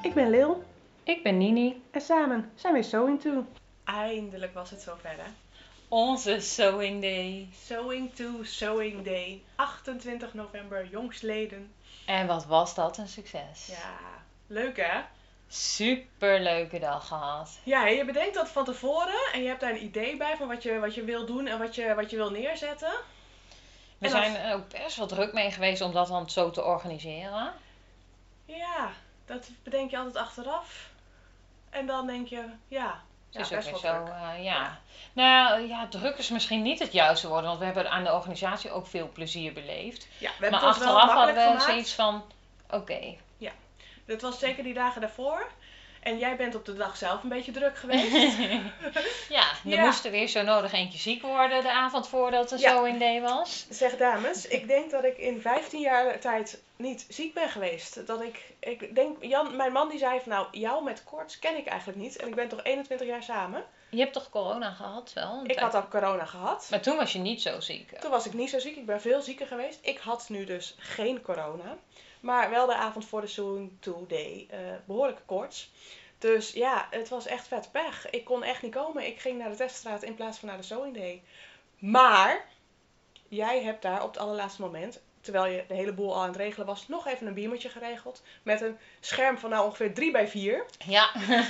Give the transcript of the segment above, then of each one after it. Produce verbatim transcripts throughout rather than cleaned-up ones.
Ik ben Lil Ik ben Nini. en samen zijn we Sewing To. Eindelijk was het zover, hè? Onze Sewing Day. Sewing To Sewing Day, achtentwintig november, jongstleden. En wat was dat een succes. Ja, leuk hè? Super leuke dag gehad. Ja, je bedenkt dat van tevoren en je hebt daar een idee bij van wat je, wat je wil doen en wat je, wat je wil neerzetten. We En zijn als... er ook best wel druk mee geweest om dat dan zo te organiseren. Ja, dat bedenk je altijd achteraf. En dan denk je, ja, Het is ja, ook best weer wel zo, druk. uh, ja. Nou ja, druk is misschien niet het juiste woord, want we hebben aan de organisatie ook veel plezier beleefd. Ja, we hebben Maar het ons wel achteraf hadden makkelijk we gemaakt. zoiets van, oké. Okay. Ja, dat was zeker die dagen daarvoor. En jij bent op de dag zelf een beetje druk geweest. Ja, er Ja. moest er weer zo nodig eentje ziek worden de avond voordat de Ja. Sewing Day was. Zeg dames, ik denk dat ik in vijftien jaar tijd niet ziek ben geweest. Dat ik, ik denk, Jan, mijn man die zei van nou, jou met koorts ken ik eigenlijk niet. En ik ben toch eenentwintig jaar samen. Je hebt toch corona gehad wel? een Ik tijd? had al corona gehad. Maar toen was je niet zo ziek. Toen was ik niet zo ziek, ik ben veel zieker geweest. Ik had nu dus geen corona. Maar wel de avond voor de Sewing To Day uh, behoorlijke koorts. Dus ja, het was echt vet pech. Ik kon echt niet komen. Ik ging naar de teststraat in plaats van naar de Sewing Day. Maar jij hebt daar op het allerlaatste moment, terwijl je de hele boel al aan het regelen was, nog even een beamertje geregeld. Met een scherm van nou ongeveer drie bij vier. Ja.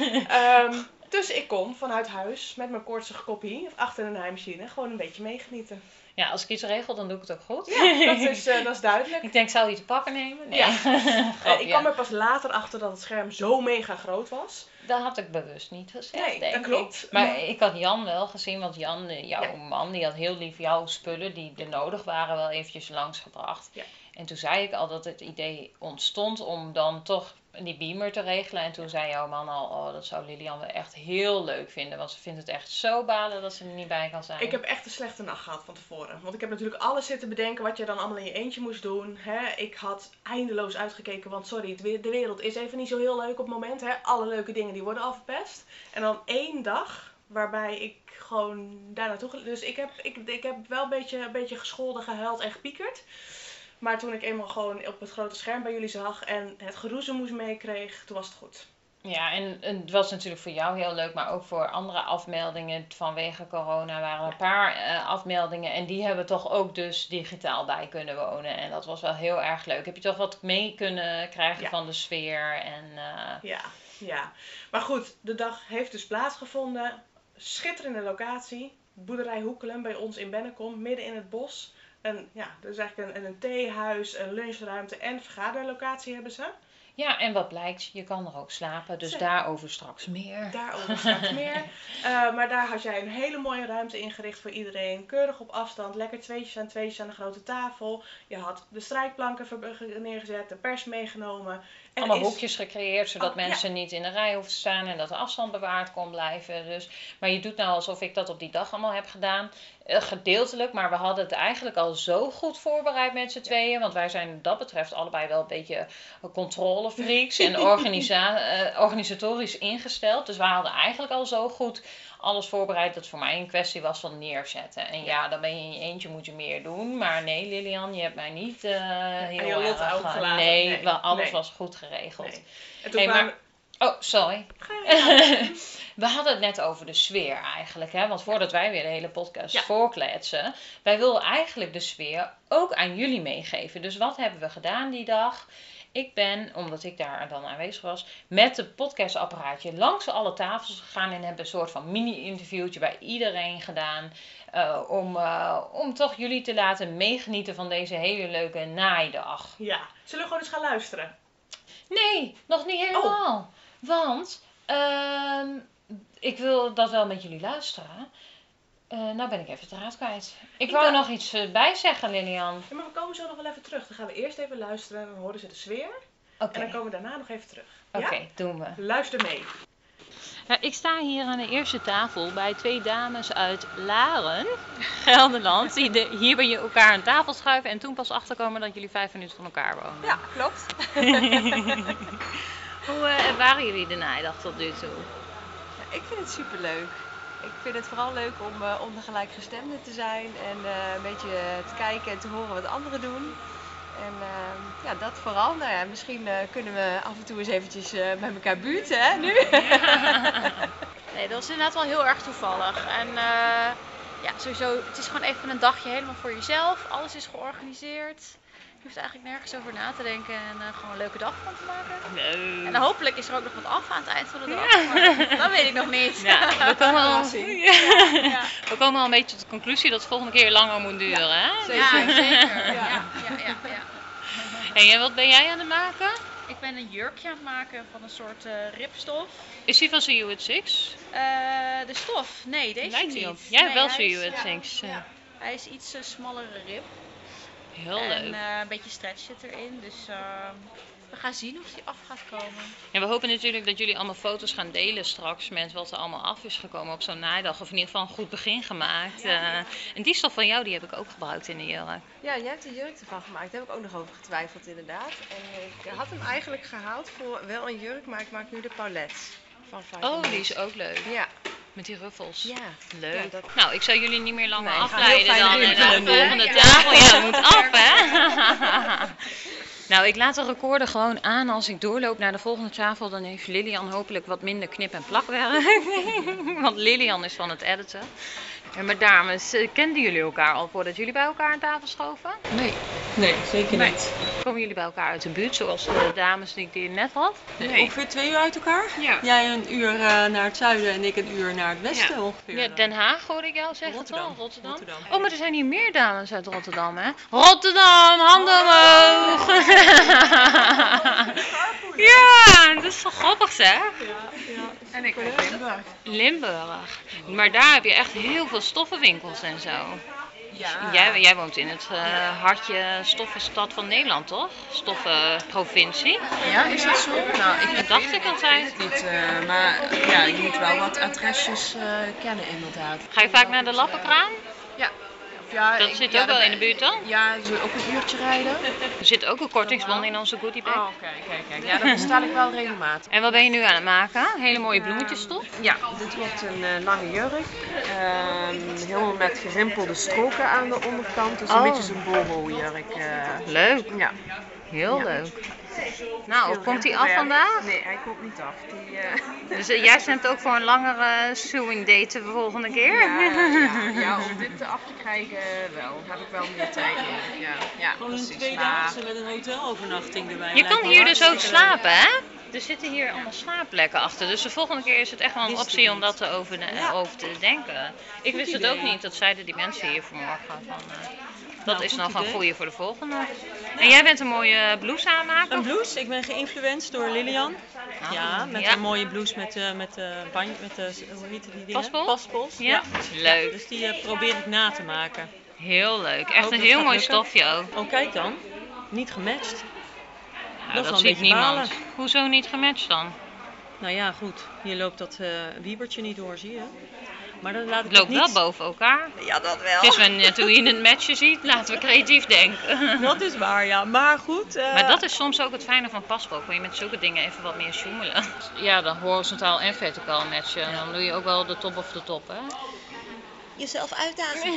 um, dus ik kon vanuit huis met mijn koortsige koppie achter een naaimachine gewoon een beetje meegenieten. Ja, als ik iets regel, dan doe ik het ook goed. Ja, dat is, uh, dat is duidelijk. Ik denk, zou je te pakken nemen? Nee. Ja. Grap, ik ja. kwam er pas later achter dat het scherm zo mega groot was. Dat had ik bewust niet gezegd, Nee, denk dat klopt. ik. Maar, Maar ik had Jan wel gezien, want Jan, jouw ja. man, die had heel lief jouw spullen die er nodig waren wel eventjes langsgebracht. Ja. En toen zei ik al dat het idee ontstond om dan toch die beamer te regelen. En toen zei jouw man al, oh, dat zou Lilian wel echt heel leuk vinden. Want ze vindt het echt zo balen dat ze er niet bij kan zijn. Ik heb echt een slechte nacht gehad van tevoren. Want ik heb natuurlijk alles zitten bedenken wat je dan allemaal in je eentje moest doen. Hè? Ik had eindeloos uitgekeken, want sorry, de wereld is even niet zo heel leuk op het moment. Hè? Alle leuke dingen die worden al verpest. En dan één dag waarbij ik gewoon daar naartoe... Ge- dus ik heb, ik, ik heb wel een beetje, een beetje gescholden, gehuild en gepiekerd. Maar toen ik eenmaal gewoon op het grote scherm bij jullie zag en het geroezemoes meekreeg, toen was het goed. Ja, en, en het was natuurlijk voor jou heel leuk, maar ook voor andere afmeldingen vanwege corona waren er een paar uh, afmeldingen. En die hebben toch ook dus digitaal bij kunnen wonen. En dat was wel heel erg leuk. Heb je toch wat mee kunnen krijgen Ja. van de sfeer? En, uh... Ja, ja. Maar goed, de dag heeft dus plaatsgevonden. Schitterende locatie. Boerderij Hoekelen bij ons in Bennekom, midden in het bos. En ja, dus eigenlijk een, een theehuis, een lunchruimte en vergaderlocatie hebben ze. Ja, en wat blijkt, je kan er ook slapen, dus Zeker. Daarover straks meer. Daarover straks meer. Uh, maar daar had jij een hele mooie ruimte ingericht voor iedereen. Keurig op afstand, lekker tweetjes aan tweetjes aan de grote tafel. Je had de strijkplanken neergezet, de pers meegenomen. En Allemaal is... hoekjes gecreëerd, zodat oh, mensen ja. niet in de rij hoeven te staan en dat de afstand bewaard kon blijven. Dus, maar je doet nou alsof ik dat op die dag allemaal heb gedaan. Uh, gedeeltelijk, maar we hadden het eigenlijk al zo goed voorbereid met z'n tweeën. Want wij zijn wat dat betreft allebei wel een beetje controlefreaks en organisa- uh, organisatorisch ingesteld. Dus we hadden eigenlijk al zo goed alles voorbereid dat het voor mij een kwestie was van neerzetten. En ja, dan ben je in je eentje, moet je meer doen. Maar nee, Lilian, je hebt mij niet uh, heel je lot erg... uitgelaten. Nee, nee, wel, alles nee. was goed geregeld. Nee. En toen Hey, kwamen... maar... Oh, sorry. Ja. We hadden het net over de sfeer eigenlijk. Hè? Want voordat wij weer de hele podcast ja. voorkletsen. Wij wilden eigenlijk de sfeer ook aan jullie meegeven. Dus wat hebben we gedaan die dag? Ik ben, omdat ik daar dan aanwezig was, met het podcastapparaatje langs alle tafels gegaan. En hebben een soort van mini-interviewtje bij iedereen gedaan. Uh, om, uh, om toch jullie te laten meegenieten van deze hele leuke naaidag. Ja. Zullen we gewoon eens gaan luisteren? Nee, nog niet helemaal. Oh. Want uh, ik wil dat wel met jullie luisteren. Uh, nou ben ik even de draad kwijt. Ik, ik wou dacht... nog iets uh, bij zeggen, Lilian. Ja, maar we komen zo nog wel even terug. Dan gaan we eerst even luisteren en dan horen ze de sfeer. Okay. En dan komen we daarna nog even terug. Oké, okay, ja? doen we. Luister mee. Ja, ik sta hier aan de eerste tafel bij twee dames uit Laren, Gelderland, die de, hier bij elkaar aan tafel schuiven en toen pas achterkomen dat jullie vijf minuten van elkaar wonen. Ja, klopt. Hoe uh, ervaren jullie de naaidag tot nu toe? Ja, ik vind het superleuk. Ik vind het vooral leuk om, uh, om de gelijkgestemden te zijn en uh, een beetje te kijken en te horen wat anderen doen. En uh, ja, dat vooral. Nou ja, misschien uh, kunnen we af en toe eens eventjes uh, bij elkaar buurten, hè, nu? Nee, dat is inderdaad wel heel erg toevallig. En uh, ja, sowieso, het is gewoon even een dagje helemaal voor jezelf. Alles is georganiseerd. Je hoeft eigenlijk nergens over na te denken en uh, gewoon een leuke dag van te maken. Leuk. En dan hopelijk is er ook nog wat af aan het eind van de dag. Ja. Maar dat weet ik nog niet. Ja, we, komen al, ja. Ja. we komen al een beetje tot de conclusie dat het volgende keer langer moet duren, ja. hè? Zeker, ja, zeker. Ja. Ja, ja, ja, ja. En wat ben jij aan het maken? Ik ben een jurkje aan het maken van een soort uh, ripstof. Is die van Zio at Six? Uh, de stof? Nee, deze Lijkt niet. Op. Jij hebt nee, wel Zio at Six. Ja, ja. Hij is iets uh, smallere rib. Heel en, leuk. En uh, een beetje stretch zit erin, dus uh, we gaan zien of die af gaat komen. En we hopen natuurlijk dat jullie allemaal foto's gaan delen straks met wat er allemaal af is gekomen op zo'n naaidag. Of in ieder geval een goed begin gemaakt. Ja. Uh, en die stof van jou, die heb ik ook gebruikt in de jurk. Ja, jij hebt de jurk ervan gemaakt. Daar heb ik ook nog over getwijfeld inderdaad. En ik had hem eigenlijk gehaald voor wel een jurk, maar ik maak nu de paulet van Five Oh, die is ook leuk. Ja. Met die ruffels. Ja. Leuk. Ja, dat... Nou, ik zou jullie niet meer langer nee, afleiden dan en naar de volgende ja. tafel. Ja, dat moet af, hè? Nou, ik laat de recorder gewoon aan als ik doorloop naar de volgende tafel. Dan heeft Lilian hopelijk wat minder knip- en plakwerk. Want Lilian is van het editen. En maar dames, kenden jullie elkaar al voordat jullie bij elkaar aan tafel schoven? Nee, nee zeker nee. niet. Komen jullie bij elkaar uit de buurt, zoals de dames die ik die net had? Nee. Ongeveer twee uur uit elkaar? Ja. Jij een uur uh, naar het zuiden en ik een uur naar het westen ja. ongeveer. Ja, Den Haag hoorde ik jou zeggen. Rotterdam. Toch? Rotterdam. Rotterdam. Oh, maar er zijn hier meer dames uit Rotterdam, hè? Rotterdam, handen omhoog! Oh. Ja, dat is toch grappig, zeg? Ja, ja. En ik uit Limburg. Limburg. Maar daar heb je echt heel veel stoffenwinkels en zo. Ja. Jij, jij woont in het uh, hartje stoffenstad van Nederland, toch? Stoffenprovincie. Ja, is dat zo? Nou, ik dat dacht ik altijd. niet, uh, maar ja, je moet wel wat adresjes uh, kennen inderdaad. Ga je vaak naar de Lappenkraan? Ja. Ja, dat ik, zit ja, ook wel ben, in de buurt dan? Ja, zullen we ook een uurtje rijden? Er zit ook een kortingsbon in onze goodiebag. Oh, kijk, kijk, kijk. Ja, dat bestel ik wel regelmatig. En wat ben je nu aan het maken? Hele mooie bloemetjesstof? Uh, ja, dit wordt een uh, lange jurk. Uh, helemaal met gerimpelde stroken aan de onderkant. Dus een oh. beetje zo'n boho-jurk. Uh, leuk. Ja. Heel ja. leuk. Nou, komt die af vandaag? Nee, hij komt niet af. Die, uh... Dus uh, jij stemt ook voor een langere sewing date de volgende keer? Ja, ja, ja, om dit af te krijgen wel. Heb ik wel meer tijd nodig. Ja, ja, gewoon precies. een tweedaagse met een hotelovernachting erbij. Je kan hier dus ook slapen, hè? Er zitten hier allemaal slaapplekken achter. Dus de volgende keer is het echt wel een optie om dat te over, de, ja. over te denken. Ik goed wist idee, het ook ja. niet, dat zeiden die mensen hier vanmorgen. Van, uh, dat nou, is nog idee. Een goeie voor de volgende. Ja. En jij bent een mooie blouse aanmaker? Een blouse, ik ben geïnfluenced door Lilian. Ah, ja, met ja. een mooie blouse met, uh, met, uh, ban met uh, hoe heet die dingen? Paspols? Paspols. Ja. ja, leuk. Dus die uh, probeer ik na te maken. Heel leuk, echt een heel mooi lukken. Stofje ook. Oh, kijk dan. Niet gematcht. Nou, dat, dat ziet niemand. Balen. Hoezo niet gematcht dan? Nou ja, goed. Hier loopt dat uh, wiebertje niet door, zie je? Maar dan laat ik het loopt niet... wel boven elkaar. Ja, dat wel. Dus when, toen je het matchje ziet, laten we creatief denken. Dat is waar, ja. Maar goed. Uh... Maar dat is soms ook het fijne van paspool. Kun je met zulke dingen even wat meer sjoemelen. Ja, dan horizontaal en verticaal matchen. Ja. Dan doe je ook wel de top of de top, hè? Jezelf uitdagen.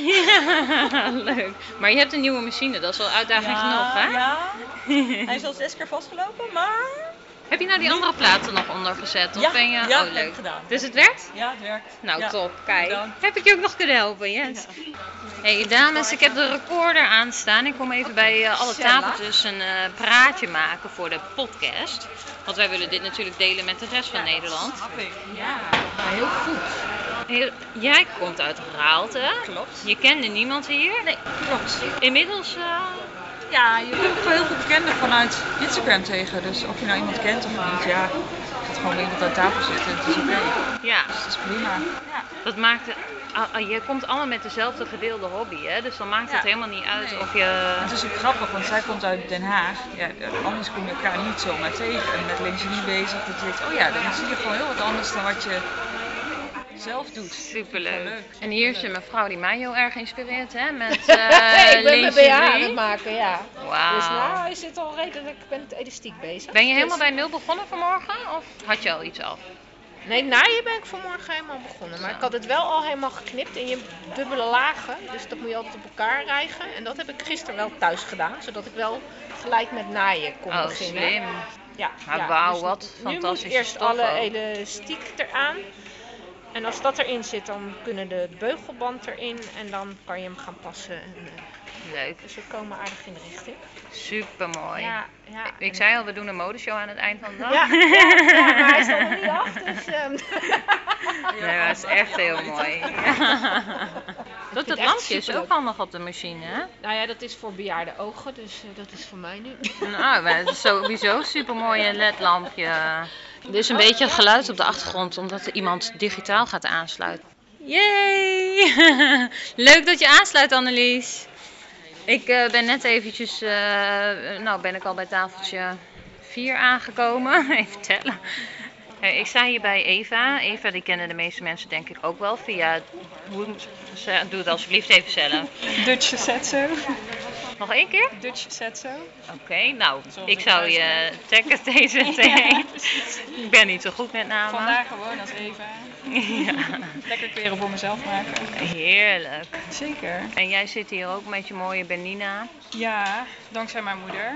Ja, leuk. Maar je hebt een nieuwe machine, dat is wel uitdaging ja, genoeg, hè? Ja. Hij is al zes keer vastgelopen, maar... Heb je nou die andere platen nog onder gezet? Of ja, ben je... ja, oh, leuk. Heb gedaan. Dus het werkt? Ja, het werkt. Nou, ja. top. Kijk. Bedankt. Heb ik je ook nog kunnen helpen, Jens? Ja. Hey dames, ik heb de recorder aanstaan. Ik kom even bij uh, alle tafeltjes een uh, praatje maken voor de podcast. Want wij willen dit natuurlijk delen met de rest van ja, Nederland. Ja, maar heel goed. Heel, jij komt uit Raalte. Klopt. Je kende niemand hier? Nee, klopt. Inmiddels... Uh, Ja, je komt wel heel veel bekenden vanuit Instagram tegen. Dus of je nou iemand kent of niet, ja, je gaat gewoon iemand aan tafel zitten en het is oké. Okay. Ja. Dus het is prima. Ja. Dat maakt, uh, je komt allemaal met dezelfde gedeelde hobby, hè? Dus dan maakt het ja. helemaal niet uit nee. of je... Het is ook grappig, want zij komt uit Den Haag. Ja, anders kom je elkaar niet zomaar tegen. En met lingerie bezig, dat je denkt, oh ja, dan zie je gewoon heel wat anders dan wat je... zelf doet. Superleuk. Leuk. En hier is een mevrouw die mij heel erg inspireert, hè? Met uh, ik ben mijn B H aan het maken, ja. Wauw. Dus nou, je zit al redelijk met elastiek bezig. Ben je helemaal dus... bij nul begonnen vanmorgen? Of had je al iets af? Nee, naaien ben ik vanmorgen helemaal begonnen. Maar ik had het wel al helemaal geknipt in je dubbele lagen. Dus dat moet je altijd op elkaar rijgen. En dat heb ik gisteren wel thuis gedaan. Zodat ik wel gelijk met naaien kon Oh, beginnen. slim. Ja, Maar ja, wauw, dus wat nu fantastische moet eerst stof alle ook. elastiek eraan. En als dat erin zit, dan kunnen de beugelband erin. En dan kan je hem gaan passen. En, uh, Leuk. dus we komen aardig in de richting. Super mooi. Ja, ja. Ik zei al, we doen een modeshow aan het eind van de dag. Ja, ja, ja, maar hij is nog niet af, dus... Um... Nee, maar het is echt heel mooi. Dat het echt lampje is superleuk. ook handig op de machine, hè? Nou ja, dat is voor bejaarde ogen, dus uh, dat is voor mij nu. Nou, maar het is sowieso een super mooi L E D-lampje. Er is een beetje geluid op de achtergrond, omdat er iemand digitaal gaat aansluiten. Yay! Leuk dat je aansluit, Annelies. Ik uh, ben net eventjes, uh, nou ben ik al bij tafeltje vier aangekomen. Even tellen. Uh, ik sta hier bij Eva. Eva, die kennen de meeste mensen denk ik ook wel via, hoe, doe het alsjeblieft even zelf. Dutch Setso. Nog één keer? Dutch Setso. Oké, okay, nou, Zoals ik ik zou thuis je taggen deze thee. Ik ben niet zo goed met namen. Vandaag gewoon als Eva. Ja. Lekker kleren voor mezelf maken. Heerlijk. Zeker. En jij zit hier ook met je mooie Benina. Ja, dankzij mijn moeder.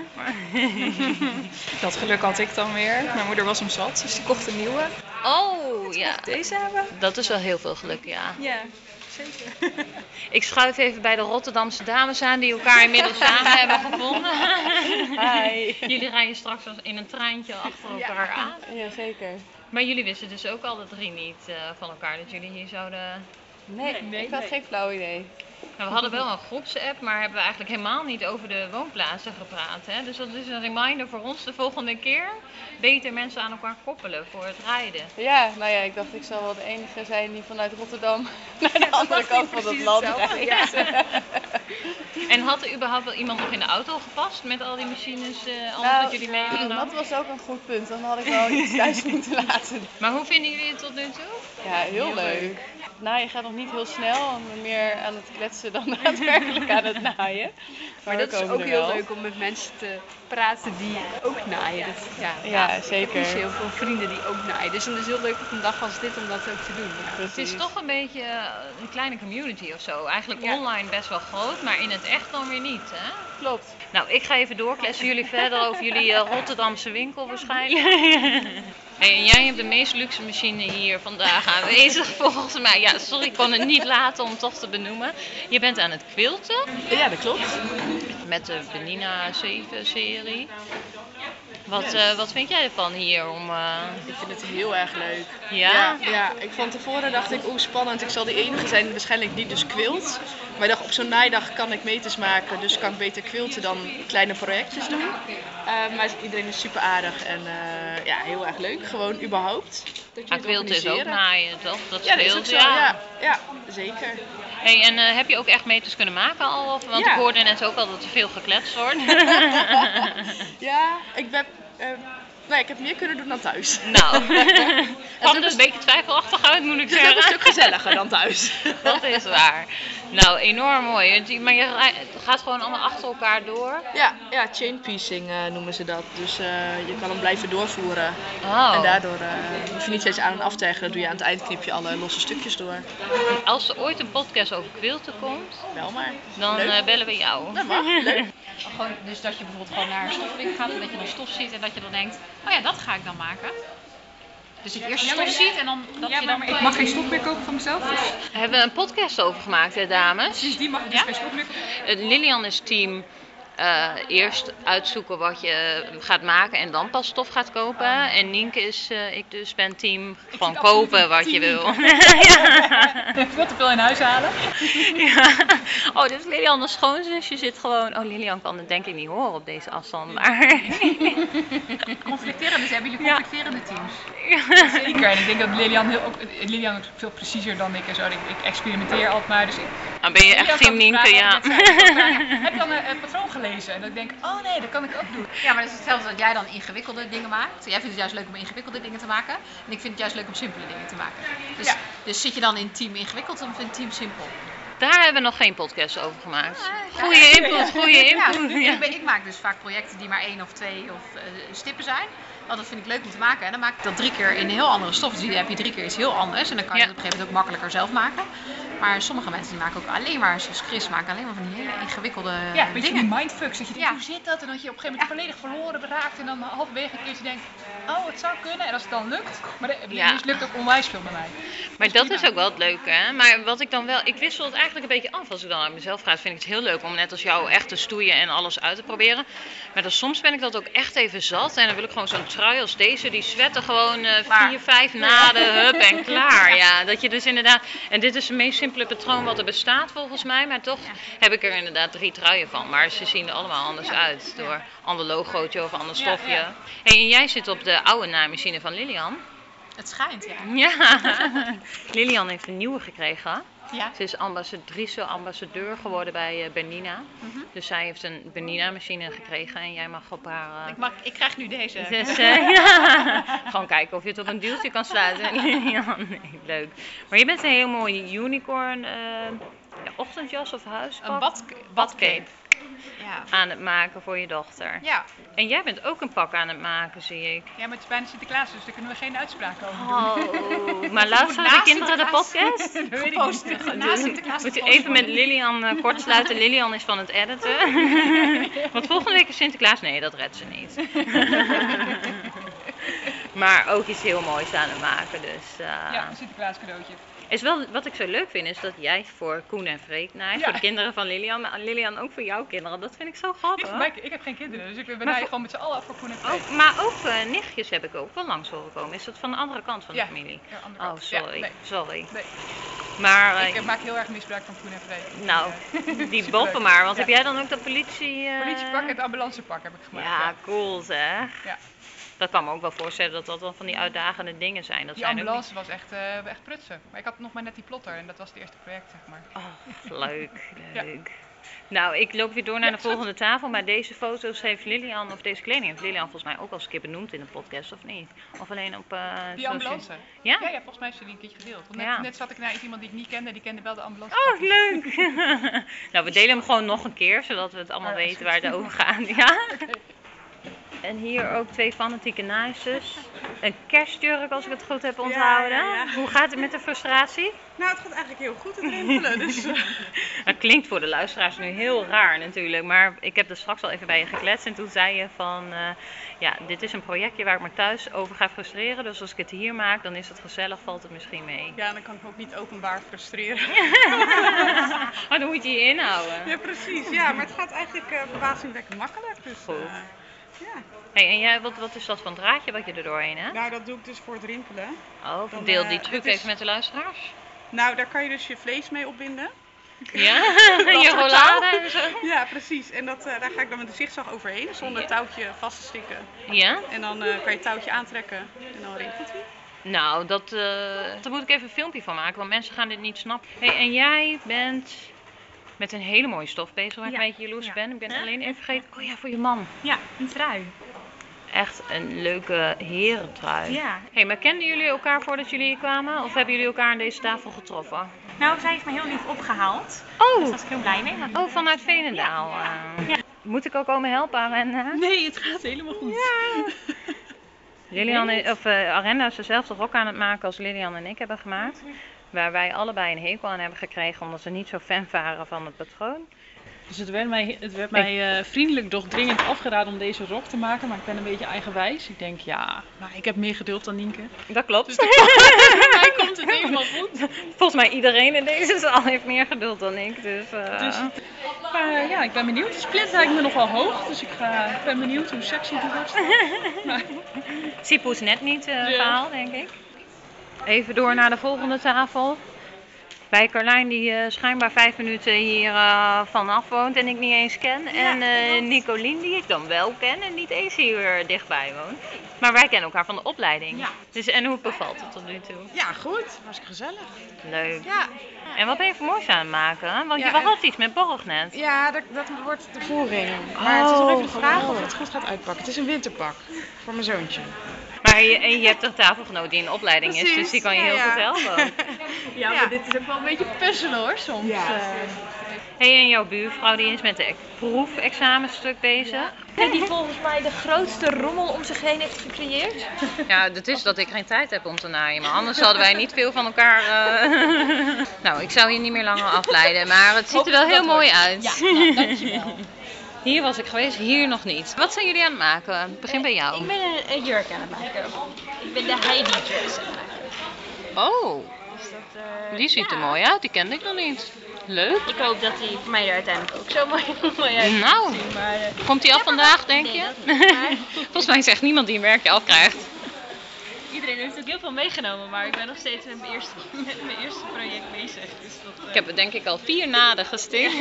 Dat geluk had ik dan weer. Mijn moeder was hem zat, dus die kocht een nieuwe. Oh, ja. Deze hebben. Dat is wel heel veel geluk, ja. Ja, zeker. Ik schuif even bij de Rotterdamse dames aan die elkaar inmiddels samen hebben gevonden. Hi. Jullie rijden straks als in een treintje achter elkaar aan. Ja, zeker. Maar jullie wisten dus ook alle drie niet uh, van elkaar dat jullie hier zouden... Nee, nee, ik had nee. geen flauw idee. Nou, we hadden wel een groepsapp, maar hebben we eigenlijk helemaal niet over de woonplaatsen gepraat. Hè? Dus dat is een reminder voor ons de volgende keer. Beter mensen aan elkaar koppelen voor het rijden. Ja, nou ja, ik dacht ik zal wel de enige zijn die vanuit Rotterdam naar de andere kant van het land rijdt. Ja. En had er überhaupt wel iemand nog in de auto gepast met al die machines, uh, anders Nou, dat jullie mee hadden? dat was ook een goed punt. Dan had ik wel iets thuis moeten laten. Maar hoe vinden jullie het tot nu toe? Ja, heel, heel leuk. leuk. Nou, je gaat nog niet heel snel, meer aan het kletsen dan daadwerkelijk aan het naaien. Maar, maar dat is ook heel leuk om met mensen te praten die ook naaien. Dat, ja, ja, ja, zeker. Ik heb dus heel veel vrienden die ook naaien. Dus het is heel leuk op een dag als dit om dat ook te doen. Ja. Het is toch een beetje een kleine community of zo. Eigenlijk ja. Online best wel groot, maar in het echt dan weer niet, hè? Klopt. Nou, ik ga even doorkletsen jullie verder over jullie uh, Rotterdamse winkel waarschijnlijk. Hey, en jij hebt de meest luxe machine hier vandaag aanwezig volgens mij. Ja, sorry, ik kon het niet laten om toch te benoemen. Je bent aan het quilten. Ja, dat klopt. Met de Benina zeven serie. Wat, uh, wat vind jij ervan hier? Om, uh... Ik vind het heel erg leuk. Ja? Ja, ja. Ik van tevoren dacht ik, oeh spannend, ik zal de enige zijn die waarschijnlijk niet dus quilt. Maar ik dacht, op zo'n naaidag kan ik meters maken, dus kan ik beter quilten dan kleine projectjes doen. Uh, maar iedereen is super aardig en uh, ja, heel erg leuk, gewoon überhaupt. Maar quilten is ook naaien, toch? Dat ja, dat is ook zo, ja. Ja, ja, zeker. Hey, en uh, heb je ook echt meters kunnen maken al? Of? Want ja. Ik hoorde net ook al dat er veel gekletst wordt. Ja, ik ben... Uh, nee, ik heb meer kunnen doen dan thuis. Nou, kwam er een beetje twijfelachtig uit, moet ik het zeggen. Het is ook een stuk gezelliger dan thuis. Dat is waar. Nou, enorm mooi. Maar je gaat gewoon allemaal achter elkaar door? Ja, ja chain piecing uh, noemen ze dat. Dus uh, je kan hem blijven doorvoeren. Oh. En daardoor uh, hoef je niet steeds aan en af te heggen. Dan doe je aan het eind knip je alle losse stukjes door. Als er ooit een podcast over quilten komt, Bel maar. Dan uh, bellen we jou. Dat mag, leuk. Gewoon, dus dat je bijvoorbeeld gewoon naar een stofwinkel gaat en dat je dan stof ziet en dat je dan denkt, oh ja, dat ga ik dan maken. Dus dat je eerst stof ziet en dan dat ja, je dan... maar ik mag geen stof meer kopen van mezelf. Dus... Hebben we een podcast over gemaakt, hè, dames? Dus die mag ik dus ja? geen stof meer kopen. Uh, Lilian is team uh, eerst uitzoeken wat je gaat maken en dan pas stof gaat kopen. Um. En Nienke is, uh, ik dus ben team gewoon kopen wat je wil. Ja. Veel te veel in huis halen. Ja. Oh, dit is Lilian, een schoonzusje zit gewoon... Oh, Lilian kan het denk ik niet horen op deze afstand, maar... Conflicterende, ze hebben jullie conflicterende ja. teams. Ja. Zeker, en ik denk dat Lilian, heel, ook, Lilian ook veel preciezer dan ik en zo. Ik, ik experimenteer altijd maar, dus ik... Dan ben je echt team Nienke, ja. Heb je dan het patroon gelezen? En dan denk ik, oh nee, dat kan ik ook doen. Ja, maar het is hetzelfde dat jij dan ingewikkelde dingen maakt. Jij vindt het juist leuk om ingewikkelde dingen te maken. En ik vind het juist leuk om simpele dingen te maken. Dus, ja. dus zit je dan in team ingewikkeld of in team simpel? Daar hebben we nog geen podcast over gemaakt. Goeie input, goede input. Ja, ik, ben, ik maak dus vaak projecten die maar één of twee of uh, stippen zijn. oh, dat vind ik leuk om te maken. En dan maak ik dat drie keer in een heel andere stof. Dus dan heb je drie keer iets heel anders. En dan kan je Ja. het op een gegeven moment ook makkelijker zelf maken. Maar sommige mensen die maken ook alleen maar, zoals Chris, maken alleen maar van die hele ingewikkelde Ja, een beetje dingen. die mindfucks. Dat je denkt, Ja. hoe zit dat? En dat je op een gegeven moment volledig verloren raakt. En dan halverwege een keertje denkt, oh, het zou kunnen. En als het dan lukt. Maar het Ja. lukt ook onwijs veel bij mij. Maar dat is ook wel het leuke, hè? Maar wat ik dan wel, ik wissel het eigenlijk een beetje af. Als ik dan aan mezelf ga, vind ik het heel leuk om net als jou echt te stoeien en alles uit te proberen. Maar dan soms ben ik dat ook echt even zat. En dan wil ik gewoon zo'n trui als deze, die zwetten gewoon eh, vier, vijf naden, hup en klaar. Ja, dat je dus inderdaad, en dit is het meest simpele patroon wat er bestaat volgens mij. Maar toch heb ik er inderdaad drie truien van. Maar ze zien er allemaal anders uit. Door ander logootje of ander stofje. Ja, ja. Hey, en jij zit op de oude naaimachine van Lilian. Het schijnt, ja. Ja, Lilian heeft een nieuwe gekregen. Ja. Ze is ambassadrice, ambassadeur geworden bij uh, Bernina. Mhm. Dus zij heeft een Bernina machine gekregen en jij mag op haar... Uh... Ik, mag, ik krijg nu deze. Dus, uh, ja. Gewoon kijken of je het op een deeltje kan sluiten. Lilian, nee, leuk. Maar je bent een heel mooie unicorn uh, ja, ochtendjas of huispak? Een bad, badcape Ja. aan het maken voor je dochter. Ja. En jij bent ook een pak aan het maken, zie ik. Ja, maar het is bijna Sinterklaas, dus daar kunnen we geen uitspraak over doen. Oh, maar luisteren de kinderen de podcast? Dat weet ik niet. Na Sinterklaas Moet je gepost even met worden. Lilian uh, kort sluiten. Lilian is van het editen. Want volgende week is Sinterklaas. Nee, dat redt ze niet. Maar ook iets heel moois aan het maken. Dus, uh, Ja, een Sinterklaas cadeautje. is wel, wat ik zo leuk vind is dat jij voor Koen en Freek naait. Ja. Voor de kinderen van Lilian. Maar Lilian ook voor jouw kinderen. Dat vind ik zo grappig. Niet voor mij, ik heb geen kinderen, dus ik ben Maar naaien voor- gewoon met z'n allen af voor Koen en Freek. Ook, maar ook uh, nichtjes heb ik ook wel langs horen komen. Is dat van de andere kant van de Ja. familie? Ja, andere Oh, kant. sorry. Ja, nee. Sorry. Nee. Maar uh, Ik eh, maak heel erg misbruik van Koen en Freek. nou, Eh, die superleuk. boppen maar. Want Ja. heb jij dan ook dat politie... uh, Politiepak en het ambulancepak heb ik gemaakt. Ja, cool zeg. Ja. Dat kan me ook wel voorstellen dat dat wel van die uitdagende dingen zijn. Dat Die zijn ook ambulance was echt, uh, echt prutsen. Maar ik had nog maar net die plotter en dat was het eerste project, zeg maar. niet... Oh, leuk, Ja. leuk. Nou, ik loop weer door naar Ja, de volgende tafel. Maar deze foto's heeft Lilian, of deze kleding heeft Lilian volgens mij ook al eens een keer benoemd in de podcast, of niet? Of alleen op... uh, Die social- ambulance. Ja? Ja, ja, volgens mij is die een keertje gedeeld. Want net, Ja. net zat ik naar iemand die ik niet kende, die kende wel de ambulance. Oh, leuk! Nou, we delen hem gewoon nog een keer, zodat we het allemaal Oh, ja, is weten waar goed. het over gaat. Ja? En hier ook twee fanatieke naaisters. Een kerstjurk, als ik het goed heb onthouden. ja, ja. Hoe gaat het met de frustratie? Nou, het gaat eigenlijk heel goed, het rimpelen. Dus, eh, Het klinkt voor de luisteraars nu heel raar natuurlijk, maar ik heb er straks al even bij je gekletst en toen zei je van, uh, ja, dit is een projectje waar ik me thuis over ga frustreren, dus als ik het hier maak, dan is het gezellig, valt het misschien mee. ja, dan kan ik me ook niet openbaar frustreren. Maar dan moet je je inhouden. Ja, precies. Ja, maar het gaat eigenlijk uh, verbazingwekkend makkelijk. Dus, Goed. uh, ja. Hey, en jij, wat, wat is dat van draadje wat je er doorheen hebt? Nou, dat doe ik dus voor het rimpelen. Oh, Dan, deel uh, die truc dit is- even met de luisteraars. Nou, daar kan je dus je vlees mee opbinden. Ja, Dat je soort rollade touw. en zo. Ja, precies. En dat, uh, daar ga ik dan met de zigzag overheen, zonder Ja. touwtje vast te stikken. Ja? En dan uh, kan je het touwtje aantrekken en dan rimpelt hij. Nou, dat, uh, daar moet ik even een filmpje van maken, want mensen gaan dit niet snappen. Hey, en jij bent met een hele mooie stof bezig waar ik Ja, een beetje jaloers ja. ben. Ik ben alleen even vergeten. Oh ja, voor je man. Ja, een trui. Echt een leuke herentrui. Ja. Hey, maar kenden jullie elkaar voordat jullie hier kwamen? Of hebben jullie elkaar aan deze tafel getroffen? Nou, zij heeft me heel lief opgehaald. Oh! Dus daar was ik heel blij mee. Oh, vanuit Veenendaal. uh. Ja. Moet ik ook komen helpen, Arenda? Nee, het gaat helemaal goed. Lilian, is- of uh, Arenda is dezelfde rok aan het maken als Lilian en ik hebben gemaakt. Waar wij allebei een hekel aan hebben gekregen omdat ze niet zo fan waren van het patroon. Dus het werd mij, het werd mij uh, vriendelijk, doch dringend afgeraden om deze rok te maken. Maar ik ben een beetje eigenwijs. Ik denk, ja, nou, ik heb meer geduld dan Nienke. Dat klopt. Dus bij mij komt het helemaal goed. Volgens mij iedereen in deze zaal heeft meer geduld dan ik. Dus, uh... Dus, maar ja, ik ben benieuwd. De split lijkt me nog wel hoog. Dus ik, ga, ik ben benieuwd hoe sexy die wordt. Maar, Sipoe is net niet uh, Ja. verhaal, denk ik. Even door naar de volgende tafel. Bij Carlijn die uh, schijnbaar vijf minuten hier uh, vanaf woont en ik niet eens ken. En uh, Nicolien die ik dan wel ken en niet eens hier dichtbij woont. Maar wij kennen elkaar van de opleiding. Ja. Dus, en hoe bevalt het tot nu toe? Ja, goed. Hartstikke gezellig. Leuk. Ja. En wat ben je voor moois aan het maken? Want Ja, je had en- iets met borg net. Ja, dat, dat wordt de voering. Maar het is nog Oh, even de vraag of geweldig. het goed gaat uitpakken. Het is een winterpak voor mijn zoontje. Maar je, en je hebt een tafelgenoot die in de opleiding is, dus Precies, die kan je ja, heel ja. goed helpen. Ja, maar dit is ook wel een beetje puzzelen hoor, soms. Ja. eh. Hey, en jouw buurvrouw die is met het proefexamenstuk bezig. Die volgens mij de grootste rommel om zich heen heeft gecreëerd. Ja, dat is dat ik geen tijd heb om te naaien. Maar anders hadden wij niet veel van elkaar... Uh... nou, ik zou je niet meer langer afleiden. Maar het ziet er wel heel mooi uit. Ja, nou, dankjewel. Hier was ik geweest, hier nog niet. Wat zijn jullie aan het maken? Ik begin bij jou. Ik ben een, een jurk aan het maken. Ik ben de Heidi dress aan het maken. Oh, Dus dat, uh, die ziet er ja. mooi uit. Die kende ik nog niet. Leuk. Ik hoop dat die voor mij er uiteindelijk ook zo mooi, mooi uit Nou, gaat zien. Maar, uh, komt die af vandaag, denk nee, je? dat niet, maar Volgens mij is echt niemand die een werkje afkrijgt. iedereen heeft ook heel veel meegenomen, maar ik ben nog steeds met mijn eerste, met mijn eerste project bezig. Dus dat, uh, Ik heb er denk ik al vier naden gestikt.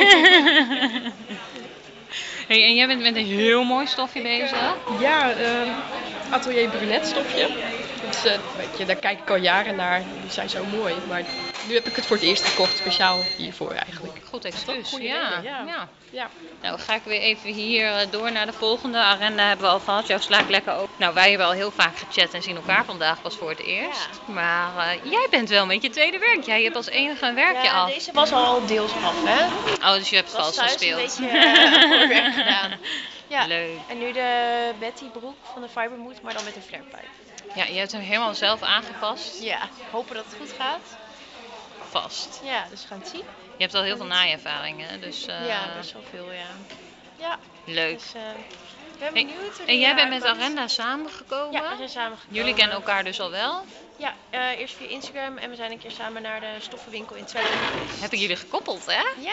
Hey, en jij bent met een heel mooi stofje bezig. Ja, uh, atelier brunet stofje. Dus, uh, weet je, daar kijk ik al jaren naar. Die zijn zo mooi. Maar nu heb ik het voor het eerst gekocht, speciaal hiervoor eigenlijk. Goed excuus. Goeie Ja. reden, ja. Ja. Ja. Nou, dan ga ik weer even hier uh, door naar de volgende. Arenda hebben we al gehad. Jouw sla ik lekker open. Nou, wij hebben al heel vaak gechat en zien elkaar vandaag pas voor het eerst. Maar uh, jij bent wel met je tweede werk. Jij hebt als enige een werkje ja, af. deze was al deels af, hè? Oh, dus je hebt Was vals thuis gespeeld. een beetje uh, voorwerk gedaan. Ja. Leuk. En nu de Betty broek van de Fibermood, maar dan met een flarepijp. Ja, je hebt hem helemaal zelf aangepast. Ja, hopen dat het goed gaat. Vast. Ja, dus we gaan het zien. Je hebt al heel veel naaiervaringen, dus uh, Ja, best wel veel, ja. Ja, leuk. dus uh, ik ben Hey, benieuwd. hoe en die jij bent eruit met komt. Arenda samengekomen? Ja, we zijn samengekomen. Jullie kennen elkaar dus al wel? Ja, uh, eerst via Instagram en we zijn een keer samen naar de stoffenwinkel in Twente geweest. Heb ik jullie gekoppeld, hè? Ja!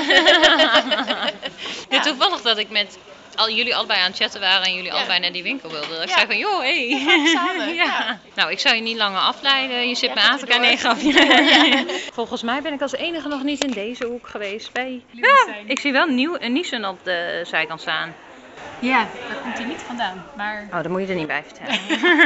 Ja, toevallig dat ik met al, jullie allebei aan het chatten waren en jullie Ja. allebei naar die winkel wilden. Dat ik Ja. zei van, joh, hé. We gaan samen, ja. Nou, ik zou je niet langer afleiden. Je zit Ja, me gaat aan te u kijken. door. Nee, grapje. Ja. Volgens mij ben ik als enige nog niet in deze hoek geweest. Bij... Ja, Liechtenstein. ik zie wel nieuw, een Nissen op de zijkant staan. Ja, daar komt hij niet vandaan. Maar Oh, dan moet je er niet bij vertellen.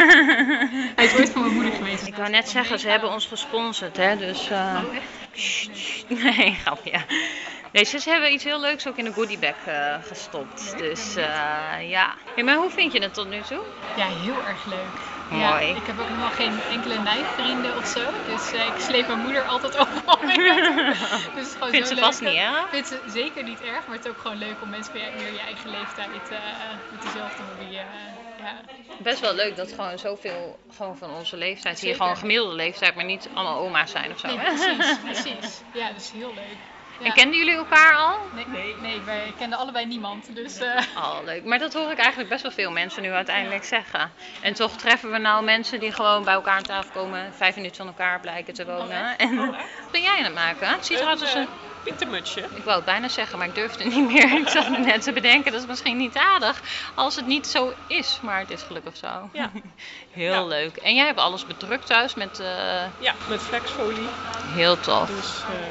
hij is ooit van mijn moeder geweest. Ik wou net zeggen, ze hebben ons gesponsord, hè, dus... Uh... Oh, echt? Sst, sst. Nee, grapje. Nee, ze hebben iets heel leuks ook in de goodiebag uh, gestopt. Dus uh, ja. Hey, maar hoe vind je het tot nu toe? Ja, heel erg leuk. Mooi. Ja, ik heb ook helemaal geen enkele nijvrienden of zo. Dus uh, ik sleep mijn moeder altijd overal mee naartoe. Dus het is gewoon Vindt zo ze leuk. vast niet erg? Vindt ze zeker niet erg, maar het is ook gewoon leuk om mensen van je- meer je eigen leeftijd uh, met dezelfde hobby. Uh, ja. Best wel leuk dat gewoon zoveel gewoon van onze leeftijd hier Zeker. gewoon gemiddelde leeftijd, maar niet allemaal oma's zijn of zo. Nee, hè? precies, precies. Ja, dat is heel leuk. Ja. En kenden jullie elkaar al? Nee, nee, nee, wij kenden allebei niemand. Dus, uh... Oh, leuk. Maar dat hoor ik eigenlijk best wel veel mensen nu uiteindelijk zeggen. En toch treffen we nou mensen die gewoon bij elkaar aan tafel komen, vijf minuten van elkaar blijken te wonen. En wat ben jij aan het maken? Het ziet eruit als een... Pintermutsje. Ik wou het bijna zeggen, maar ik durfde niet meer. Ik zat net te bedenken, dat is misschien niet aardig als het niet zo is. Maar het is gelukkig zo. Ja. Heel Ja. leuk. En jij hebt alles bedrukt thuis met... uh, Ja, met flexfolie. Heel tof. Dus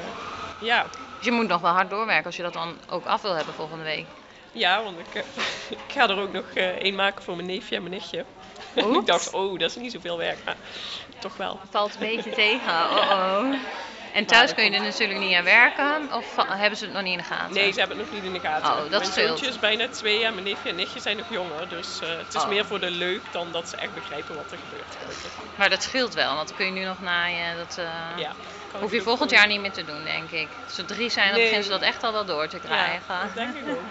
uh, ja. Dus je moet nog wel hard doorwerken als je dat dan ook af wil hebben volgende week. Ja, want ik, uh, ik ga er ook nog uh, één maken voor mijn neefje en mijn nichtje. Oeps. Ik dacht, oh, dat is niet zoveel werk, maar toch wel. Valt een beetje tegen. Oh oh. En thuis kun je er natuurlijk niet aan werken? Of va- hebben ze het nog niet in de gaten? Nee, ze hebben het nog niet in de gaten. Oh, dat mijn scheelt. zoontje is bijna twee en mijn neefje en nichtje zijn nog jonger. Dus uh, het is Oh. meer voor de leuk dan dat ze echt begrijpen wat er gebeurt. gelukkig. Maar dat scheelt wel, want dan kun je nu nog naaien. Dat uh, Ja, kan hoef ik je ook volgend gewoon- jaar niet meer te doen, denk ik. Als ze drie zijn, dan Nee. beginnen ze dat echt al wel door te krijgen. Ja, dat denk ik ook.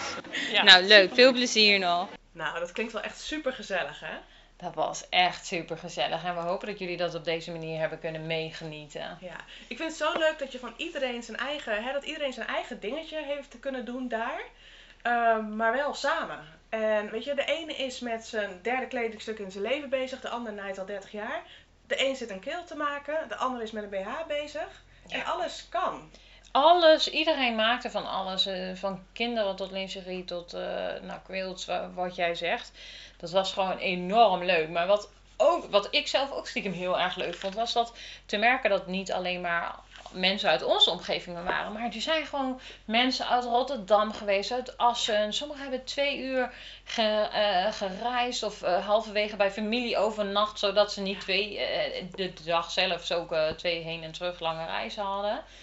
Ja, nou, leuk. super. Veel plezier nog. Nou, dat klinkt wel echt super gezellig, hè? Dat was echt super gezellig. En we hopen dat jullie dat op deze manier hebben kunnen meegenieten. Ja, ik vind het zo leuk dat je van iedereen zijn eigen, hè, dat iedereen zijn eigen dingetje heeft te kunnen doen daar. Ehm, maar wel samen. En weet je, de ene is met zijn derde kledingstuk in zijn leven bezig, de ander naait al dertig jaar. De een zit een keel te maken, de ander is met een B H bezig. En alles kan. Alles, iedereen maakte van alles. eh, Van kinderen tot lingerie tot uh, nou, quilts, wa- wat jij zegt. Dat was gewoon enorm leuk. Maar wat, ook, wat ik zelf ook stiekem heel erg leuk vond, was dat te merken dat het niet alleen maar mensen uit onze omgevingen waren. Maar er zijn gewoon mensen uit Rotterdam geweest, uit Assen. Sommigen hebben twee uur ge, eh, gereisd of uh, halverwege bij familie overnacht, zodat ze niet twee, uh, de dag zelf zulke twee heen en terug lange reizen hadden.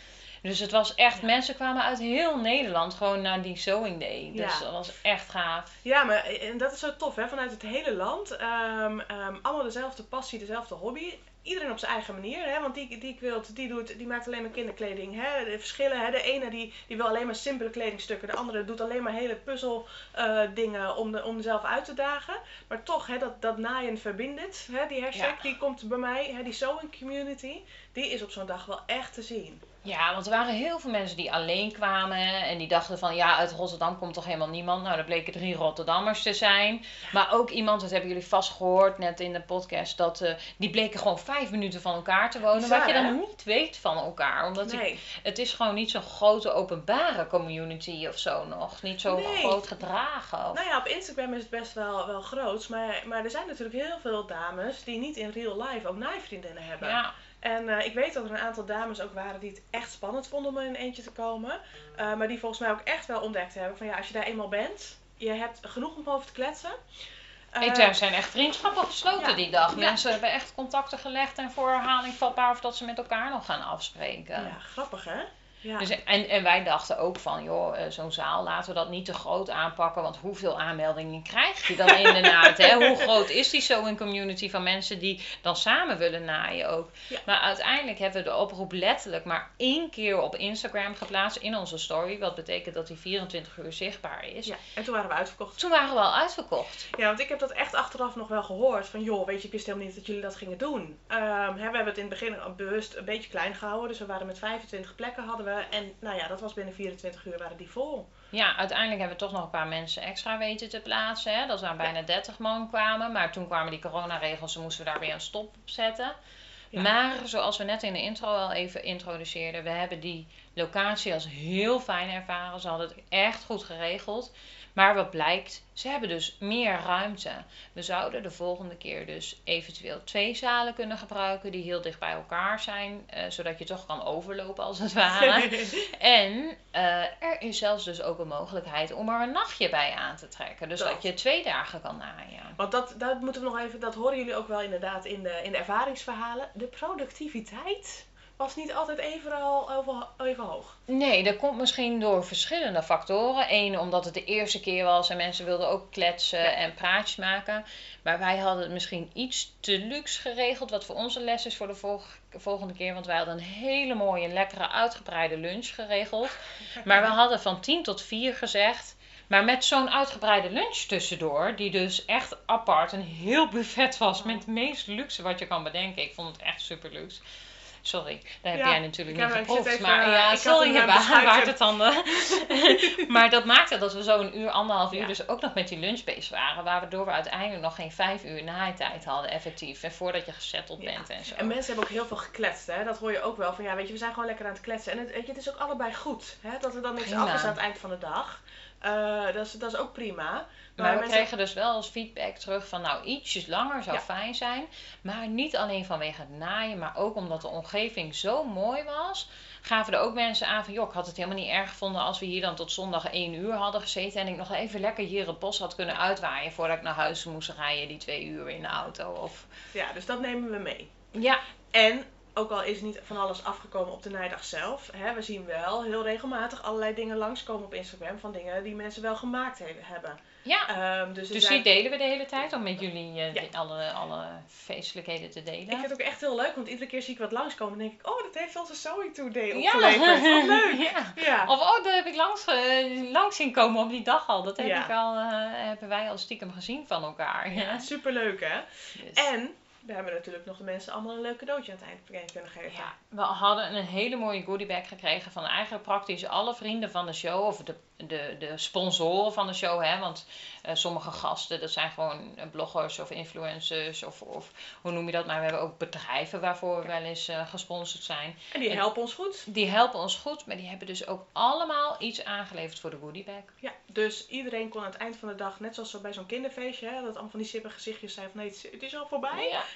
Dus het was echt, mensen kwamen uit heel Nederland gewoon naar die Sewing Day. Dus Ja. dat was echt gaaf. Ja, maar en dat is zo tof, hè? Vanuit het hele land. Ehm, ehm, allemaal dezelfde passie, dezelfde hobby. Iedereen op zijn eigen manier, hè? Want die, die quilt, die, doet, die maakt alleen maar kinderkleding. Hè? De verschillen, hè? De ene die, die wil alleen maar simpele kledingstukken. De andere doet alleen maar hele puzzel eh, dingen om, de, om zelf uit te dagen. Maar toch, hè, dat, dat naaien verbindt, hè? Die hashtag, Ja. die komt bij mij. Hè? Die sewing community, die is op zo'n dag wel echt te zien. Ja, want er waren heel veel mensen die alleen kwamen en die dachten van ja, uit Rotterdam komt toch helemaal niemand. Nou, er bleken drie Rotterdammers te zijn. Maar ook iemand, dat hebben jullie vast gehoord net in de podcast, dat uh, die bleken gewoon vijf minuten van elkaar te wonen. Bizar, wat je dan hè? niet weet van elkaar. Omdat Nee. ik, het is gewoon niet zo'n grote openbare community of zo nog. Niet zo Nee. groot gedragen. Of... Nou ja, op Instagram is het best wel, wel groot. Maar, maar er zijn natuurlijk heel veel dames die niet in real life ook naaivriendinnen hebben. Ja. En uh, ik weet dat er een aantal dames ook waren die het echt spannend vonden om in eentje te komen. Uh, maar die volgens mij ook echt wel ontdekt hebben van ja, als je daar eenmaal bent, je hebt genoeg om over te kletsen. Uh, Hey, daar zijn echt vriendschappen gesloten ja. die dag. Ja. Mensen hebben echt contacten gelegd en voor herhaling vatbaar of dat ze met elkaar nog gaan afspreken. Ja, grappig hè? Ja. Dus, en, en wij dachten ook van, joh, eh, zo'n zaal, laten we dat niet te groot aanpakken. Want hoeveel aanmeldingen krijg je dan inderdaad? Hè? Hoe groot is die sewing community van mensen die dan samen willen naaien ook? Ja. Maar uiteindelijk hebben we de oproep letterlijk maar één keer op Instagram geplaatst in onze story. Wat betekent dat die vierentwintig uur zichtbaar is. Ja, en toen waren we uitverkocht. Toen waren we al uitverkocht. Ja, want ik heb dat echt achteraf nog wel gehoord. Van joh, weet je, ik wist helemaal niet dat jullie dat gingen doen. Um, hè, we hebben het in het begin bewust een beetje klein gehouden. Dus we waren met vijfentwintig plekken hadden we. En nou ja, dat was binnen vierentwintig uur waren die vol. Ja, uiteindelijk hebben we toch nog een paar mensen extra weten te plaatsen. Hè? Dat er bijna dertig man kwamen. Maar toen kwamen die coronaregels en moesten we daar weer een stop op zetten. Ja. Maar zoals we net in de intro al even introduceerden, we hebben die locatie als heel fijn ervaren. Ze hadden het echt goed geregeld. Maar wat blijkt, ze hebben dus meer ruimte. We zouden de volgende keer dus eventueel twee zalen kunnen gebruiken die heel dicht bij elkaar zijn. Uh, zodat je toch kan overlopen als het ware. En uh, er is zelfs dus ook een mogelijkheid om er een nachtje bij aan te trekken. Dus dat, dat je twee dagen kan naaien. Want dat, dat moeten we nog even, dat horen jullie ook wel inderdaad in de, in de ervaringsverhalen. De productiviteit was niet altijd overal over, even hoog. Nee, dat komt misschien door verschillende factoren. Eén, omdat het de eerste keer was en mensen wilden ook kletsen ja. en praatjes maken. Maar wij hadden het misschien iets te luxe geregeld, wat voor onze les is voor de volg- volgende keer. Want wij hadden een hele mooie, lekkere, uitgebreide lunch geregeld. Maar we hadden van tien tot vier gezegd. Maar met zo'n uitgebreide lunch tussendoor, die dus echt apart een heel buffet was. Met het meest luxe wat je kan bedenken. Ik vond het echt super luxe. Sorry, dat heb ja, jij natuurlijk niet heb, geproefd. even, Maar ja, ik sorry, je waard het tanden. tanden. Maar dat maakte dat we zo een uur, anderhalf uur Ja. dus ook nog met die lunch bezig waren. Waardoor we uiteindelijk nog geen vijf uur naaitijd hadden effectief. En voordat je gesetteld Ja. bent en zo. En mensen hebben ook heel veel gekletst, hè. Dat hoor je ook wel. Van ja, weet je, we zijn gewoon lekker aan het kletsen. En het, weet je, het is ook allebei goed, hè. Dat er dan niks Prima. af is aan het eind van de dag. Uh, dat, is, dat is ook prima. Maar we mensen... kregen dus wel als feedback terug van nou ietsjes langer zou Ja. fijn zijn. Maar niet alleen vanwege het naaien, maar ook omdat de omgeving zo mooi was. Gaven er ook mensen aan van joh, ik had het helemaal niet erg gevonden als we hier dan tot zondag één uur hadden gezeten. En ik nog even lekker hier het bos had kunnen uitwaaien voordat ik naar huis moest rijden die twee uur in de auto. Of... Ja, dus dat nemen we mee. Ja. En ook al is niet van alles afgekomen op de naaidag zelf. Hè, we zien wel heel regelmatig allerlei dingen langskomen op Instagram. Van dingen die mensen wel gemaakt he- hebben. Ja, um, dus, dus zijn... die delen we de hele tijd om met jullie uh, ja. de, alle, alle feestelijkheden te delen. Ik vind het ook echt heel leuk, want iedere keer zie ik wat langskomen en denk ik, oh, dat heeft onze Sewing Tour Day Ja. opgeleverd. Wat leuk. Ja. Ja. Of oh, dat heb ik langs, uh, langs zien komen op die dag al. Dat heb Ja. ik al, uh, hebben wij al stiekem gezien van elkaar. Ja, Ja. superleuk hè. Dus. En we hebben natuurlijk nog de mensen allemaal een leuk cadeautje aan het eind kunnen geven. Ja, we hadden een hele mooie goodiebag gekregen van eigenlijk praktisch alle vrienden van de show. Of de, de, de sponsoren van de show. Hè? Want uh, sommige gasten, dat zijn gewoon bloggers of influencers. Of, of hoe noem je dat? Maar we hebben ook bedrijven waarvoor we wel eens uh, gesponsord zijn. En die helpen ons goed. Die helpen ons goed. Maar die hebben dus ook allemaal iets aangeleverd voor de goodiebag. Ja, dus iedereen kon aan het eind van de dag, net zoals zo bij zo'n kinderfeestje. Hè, dat allemaal van die sippe gezichtjes zijn van nee, het is al voorbij. Ja.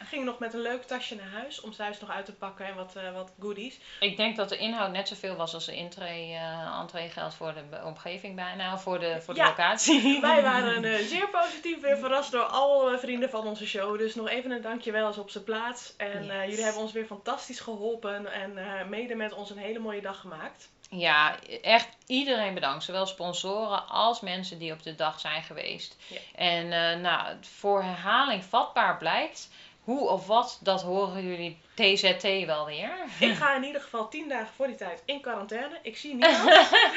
Gingen nog met een leuk tasje naar huis om thuis nog uit te pakken en wat, uh, wat goodies. Ik denk dat de inhoud net zoveel was als de intree, uh, entreegeld voor de omgeving bijna, voor de, voor de ja, locatie. Wij waren uh, zeer positief weer verrast door alle vrienden van onze show. Dus nog even een dankjewel is op zijn plaats. En uh, Yes. jullie hebben ons weer fantastisch geholpen en uh, mede met ons een hele mooie dag gemaakt. Ja, echt iedereen bedankt. Zowel sponsoren als mensen die op de dag zijn geweest. Ja. En uh, nou, voor herhaling vatbaar blijkt. Hoe of wat, dat horen jullie T Z T wel weer. Ik ga in ieder geval tien dagen voor die tijd in quarantaine. Ik zie niemand.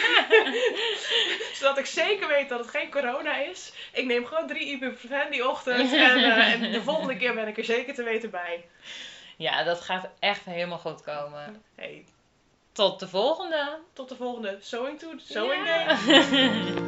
Zodat ik zeker weet dat het geen corona is. Ik neem gewoon drie ibuprofen die ochtend. En, uh, en de volgende keer ben ik er zeker te weten bij. Ja, dat gaat echt helemaal goed komen. Hey. Tot de volgende. Tot de volgende Sewing to Sewing Ja. Day.